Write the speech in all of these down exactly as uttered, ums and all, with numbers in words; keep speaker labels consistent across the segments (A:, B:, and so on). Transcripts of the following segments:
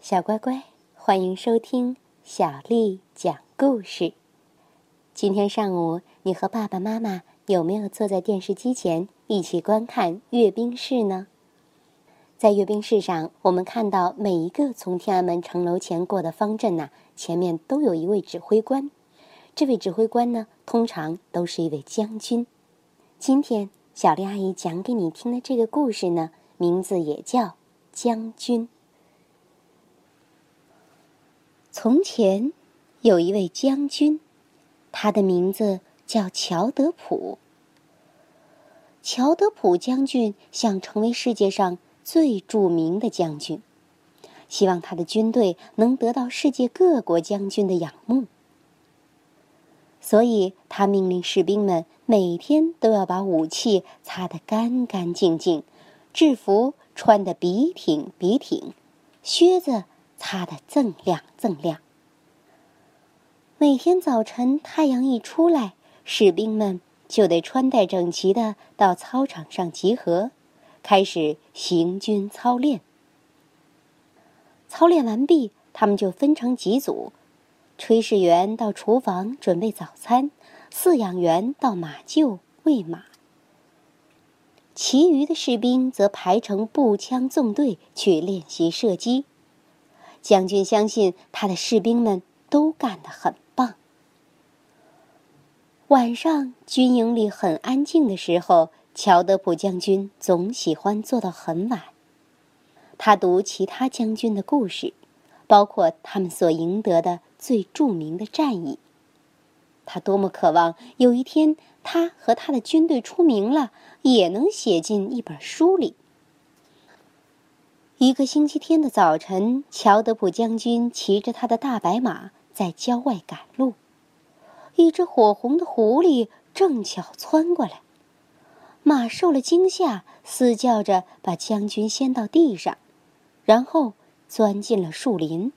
A: 小乖乖，欢迎收听小丽讲故事。今天上午，你和爸爸妈妈有没有坐在电视机前一起观看阅兵式呢？在阅兵式上，我们看到每一个从天安门城楼前过的方阵呢，前面都有一位指挥官。这位指挥官呢，通常都是一位将军。今天小丽阿姨讲给你听的这个故事呢，名字也叫将军。从前有一位将军，他的名字叫乔德普。乔德普将军想成为世界上最著名的将军，希望他的军队能得到世界各国将军的仰慕。所以他命令士兵们每天都要把武器擦得干干净净，制服穿得笔挺笔挺，靴子擦得锃亮锃亮。每天早晨太阳一出来，士兵们就得穿戴整齐地到操场上集合，开始行军操练。操练完毕，他们就分成几组，炊事员到厨房准备早餐，饲养员到马厩喂马。其余的士兵则排成步枪纵队去练习射击。将军相信他的士兵们都干得很棒。晚上军营里很安静的时候，乔德普将军总喜欢坐到很晚。他读其他将军的故事，包括他们所赢得的最著名的战役。他多么渴望有一天他和他的军队出名了，也能写进一本书里。一个星期天的早晨，乔德普将军骑着他的大白马在郊外赶路。一只火红的狐狸正巧窜过来，马受了惊吓，嘶叫着把将军掀到地上，然后钻进了树林。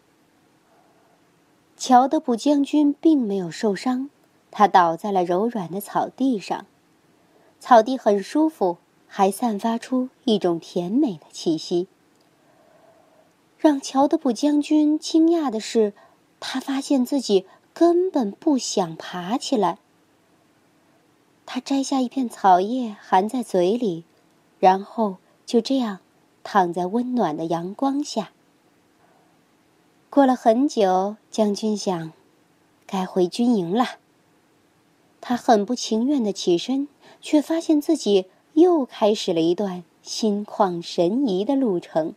A: 乔德普将军并没有受伤，他倒在了柔软的草地上。草地很舒服，还散发出一种甜美的气息。让乔德普将军惊讶的是，他发现自己根本不想爬起来。他摘下一片草叶含在嘴里，然后就这样躺在温暖的阳光下。过了很久，将军想，该回军营了。他很不情愿地起身，却发现自己又开始了一段心旷神怡的路程。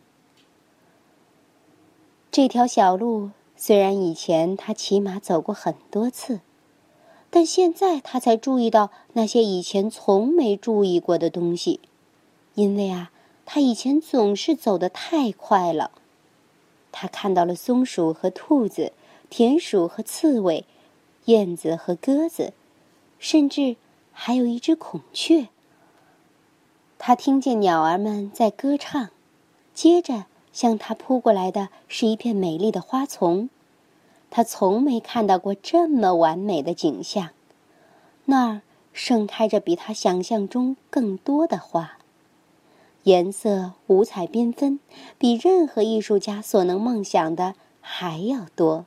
A: 这条小路虽然以前他骑马走过很多次，但现在他才注意到那些以前从没注意过的东西，因为啊，他以前总是走得太快了。他看到了松鼠和兔子，田鼠和刺猬，燕子和鸽子，甚至还有一只孔雀。他听见鸟儿们在歌唱，接着向他扑过来的是一片美丽的花丛。他从没看到过这么完美的景象，那儿盛开着比他想象中更多的花，颜色五彩缤纷，比任何艺术家所能梦想的还要多。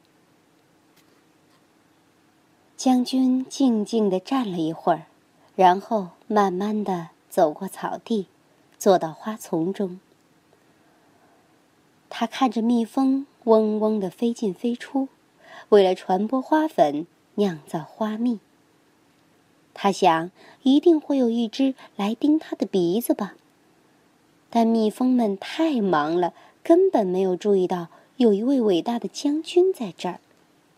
A: 将军静静地站了一会儿，然后慢慢地走过草地，坐到花丛中。他看着蜜蜂嗡嗡地飞进飞出，为了传播花粉，酿造花蜜。他想，一定会有一只来叮他的鼻子吧。但蜜蜂们太忙了，根本没有注意到有一位伟大的将军在这儿。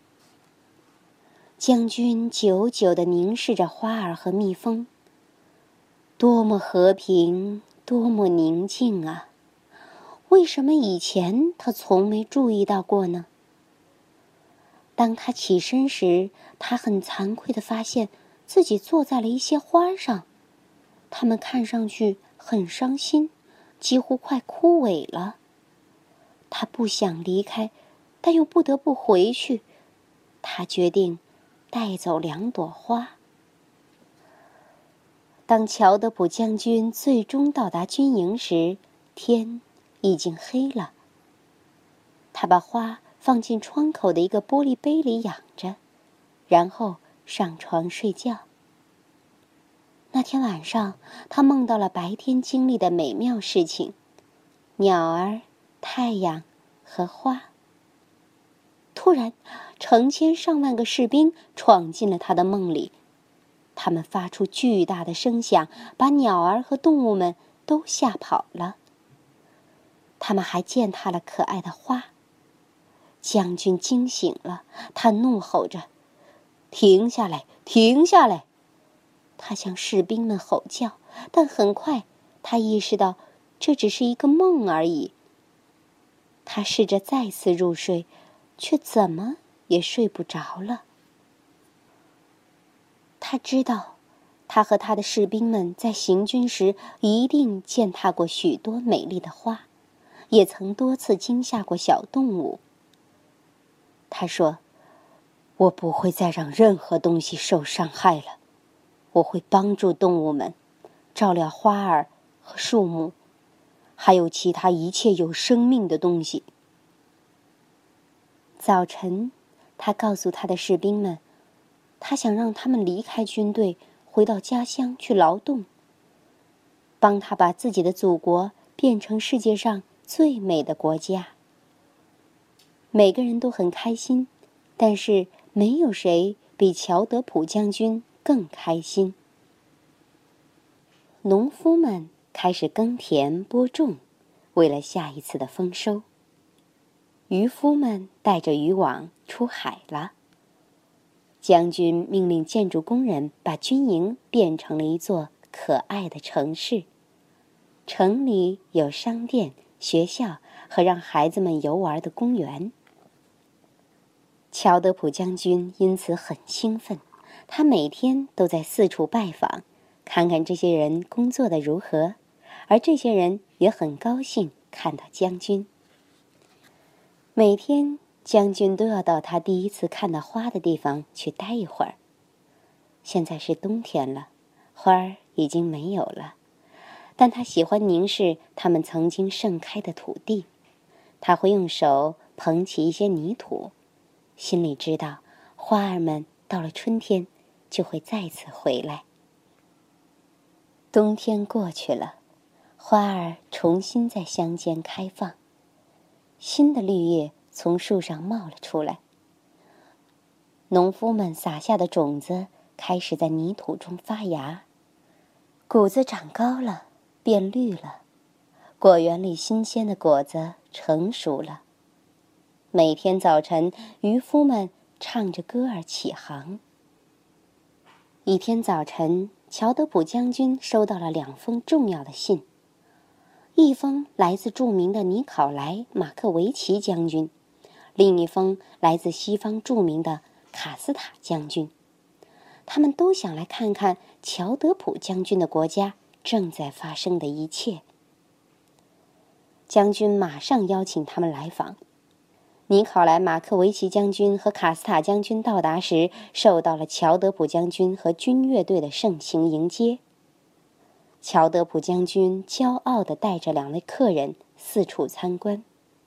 A: 将军久久地凝视着花儿和蜜蜂，多么和平，多么宁静啊！为什么以前他从没注意到过呢？当他起身时，他很惭愧地发现自己坐在了一些花上，它们看上去很伤心，几乎快枯萎了。他不想离开，但又不得不回去。他决定带走两朵花。当乔德普将军最终到达军营时，天已经黑了。 他把花放进窗口的一个玻璃杯里养着，然后上床睡觉。那天晚上，他梦到了白天经历的美妙事情：鸟儿、太阳和花。突然，成千上万个士兵闯进了他的梦里，他们发出巨大的声响，把鸟儿和动物们都吓跑了。他们还践踏了可爱的花。将军惊醒了，他怒吼着：“停下来，停下来！”他向士兵们吼叫，但很快他意识到这只是一个梦而已。他试着再次入睡，却怎么也睡不着了。他知道，他和他的士兵们在行军时一定践踏过许多美丽的花，也曾多次惊吓过小动物。他说：“我不会再让任何东西受伤害了，我会帮助动物们，照料花儿和树木，还有其他一切有生命的东西。”早晨，他告诉他的士兵们，他想让他们离开军队，回到家乡去劳动，帮他把自己的祖国变成世界上最美的国家。每个人都很开心，但是没有谁比乔德普将军更开心。农夫们开始耕田播种，为了下一次的丰收。渔夫们带着渔网出海了。将军命令建筑工人把军营变成了一座可爱的城市。城里有商店、学校和让孩子们游玩的公园。乔德普将军因此很兴奋，他每天都在四处拜访，看看这些人工作的如何，而这些人也很高兴看到将军。每天将军都要到他第一次看到花的地方去待一会儿。现在是冬天了，花儿已经没有了，但他喜欢凝视它们曾经盛开的土地。他会用手捧起一些泥土，心里知道花儿们到了春天就会再次回来。冬天过去了，花儿重新在乡间开放，新的绿叶从树上冒了出来。农夫们撒下的种子开始在泥土中发芽，谷子长高了，变绿了，果园里新鲜的果子成熟了。每天早晨，渔夫们唱着歌儿起航。一天早晨，乔德普将军收到了两封重要的信，一封来自著名的尼考莱·马克维奇将军，另一封来自西方著名的卡斯塔将军。他们都想来看看乔德普将军的国家正在发生的一切。将军马上邀请他们来访。尼考莱·马克维奇将军和卡斯塔将军到达时，受到了乔德普将军和军乐队的盛情迎接。乔德普将军骄傲地带着两位客人四处参观。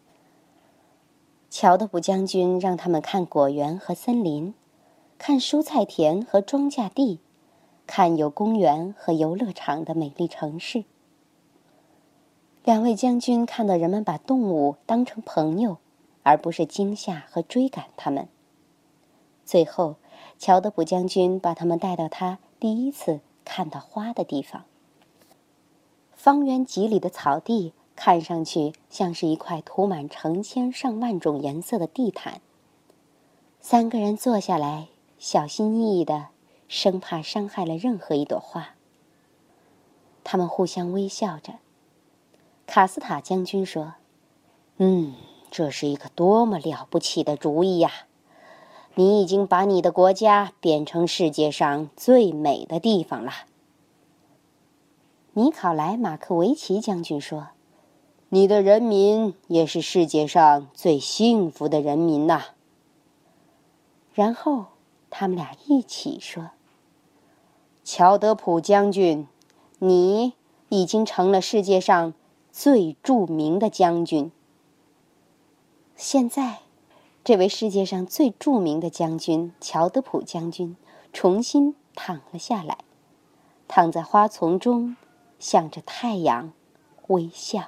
A: 乔德普将军让他们看果园和森林，看蔬菜田和庄稼地，看有公园和游乐场的美丽城市。两位将军看到人们把动物当成朋友，而不是惊吓和追赶他们。最后，乔德普将军把他们带到他第一次看到花的地方。方圆几里的草地看上去像是一块涂满成千上万种颜色的地毯。三个人坐下来，小心翼翼的，生怕伤害了任何一朵花。他们互相微笑着。卡斯塔将军说：“嗯，这是一个多么了不起的主意呀！你已经把你的国家变成世界上最美的地方了。”尼考莱·马克维奇将军说：“你的人民也是世界上最幸福的人民呐。”然后他们俩一起说：“乔德普将军，你已经成了世界上最著名的将军。” 现在，这位世界上最著名的将军乔德普将军重新躺了下来，躺在花丛中，向着太阳微笑。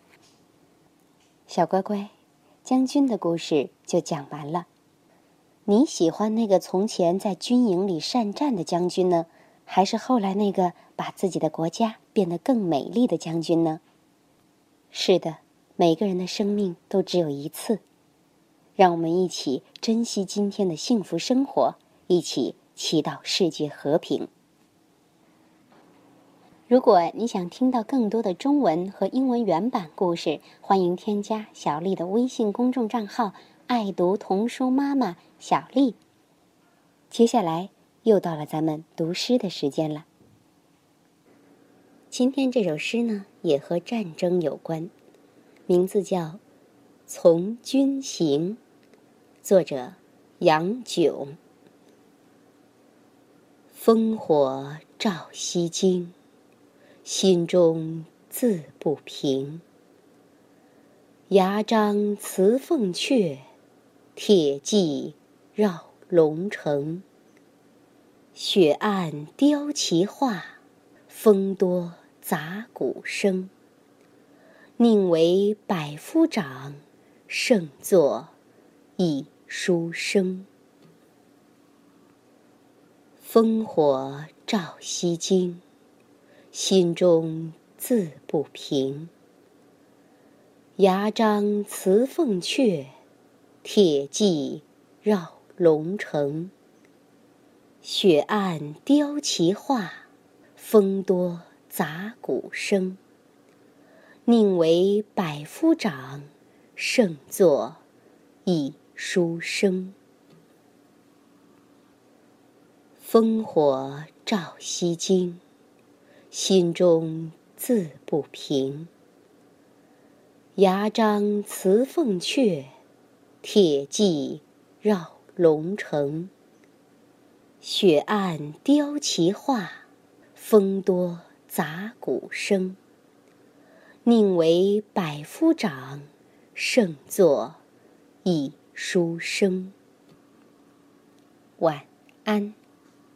A: 小乖乖，将军的故事就讲完了。你喜欢那个从前在军营里善战的将军呢，还是后来那个把自己的国家变得更美丽的将军呢？是的，每个人的生命都只有一次。让我们一起珍惜今天的幸福生活，一起祈祷世界和平。如果你想听到更多的中文和英文原版故事，欢迎添加小丽的微信公众账号爱读童书妈妈小丽。接下来又到了咱们读诗的时间了。今天这首诗呢，也和战争有关，名字叫《从军行》，作者杨炯。烽火照西京，心中自不平。牙璋辞凤阙，铁骑绕龙城。雪暗雕旗画，风多杂鼓声。宁为百夫长，胜作一书生。烽火照西京，心中自不平。牙璋辞凤阙，铁骑绕龙城。雪暗雕旗画，风多杂鼓声。宁为百夫长，胜作一书生。烽火照西京，心中自不平。牙璋辞凤阙，铁骑绕龙城。雪暗雕旗画，风多杂鼓声。宁为百夫长，胜作一书生。晚安。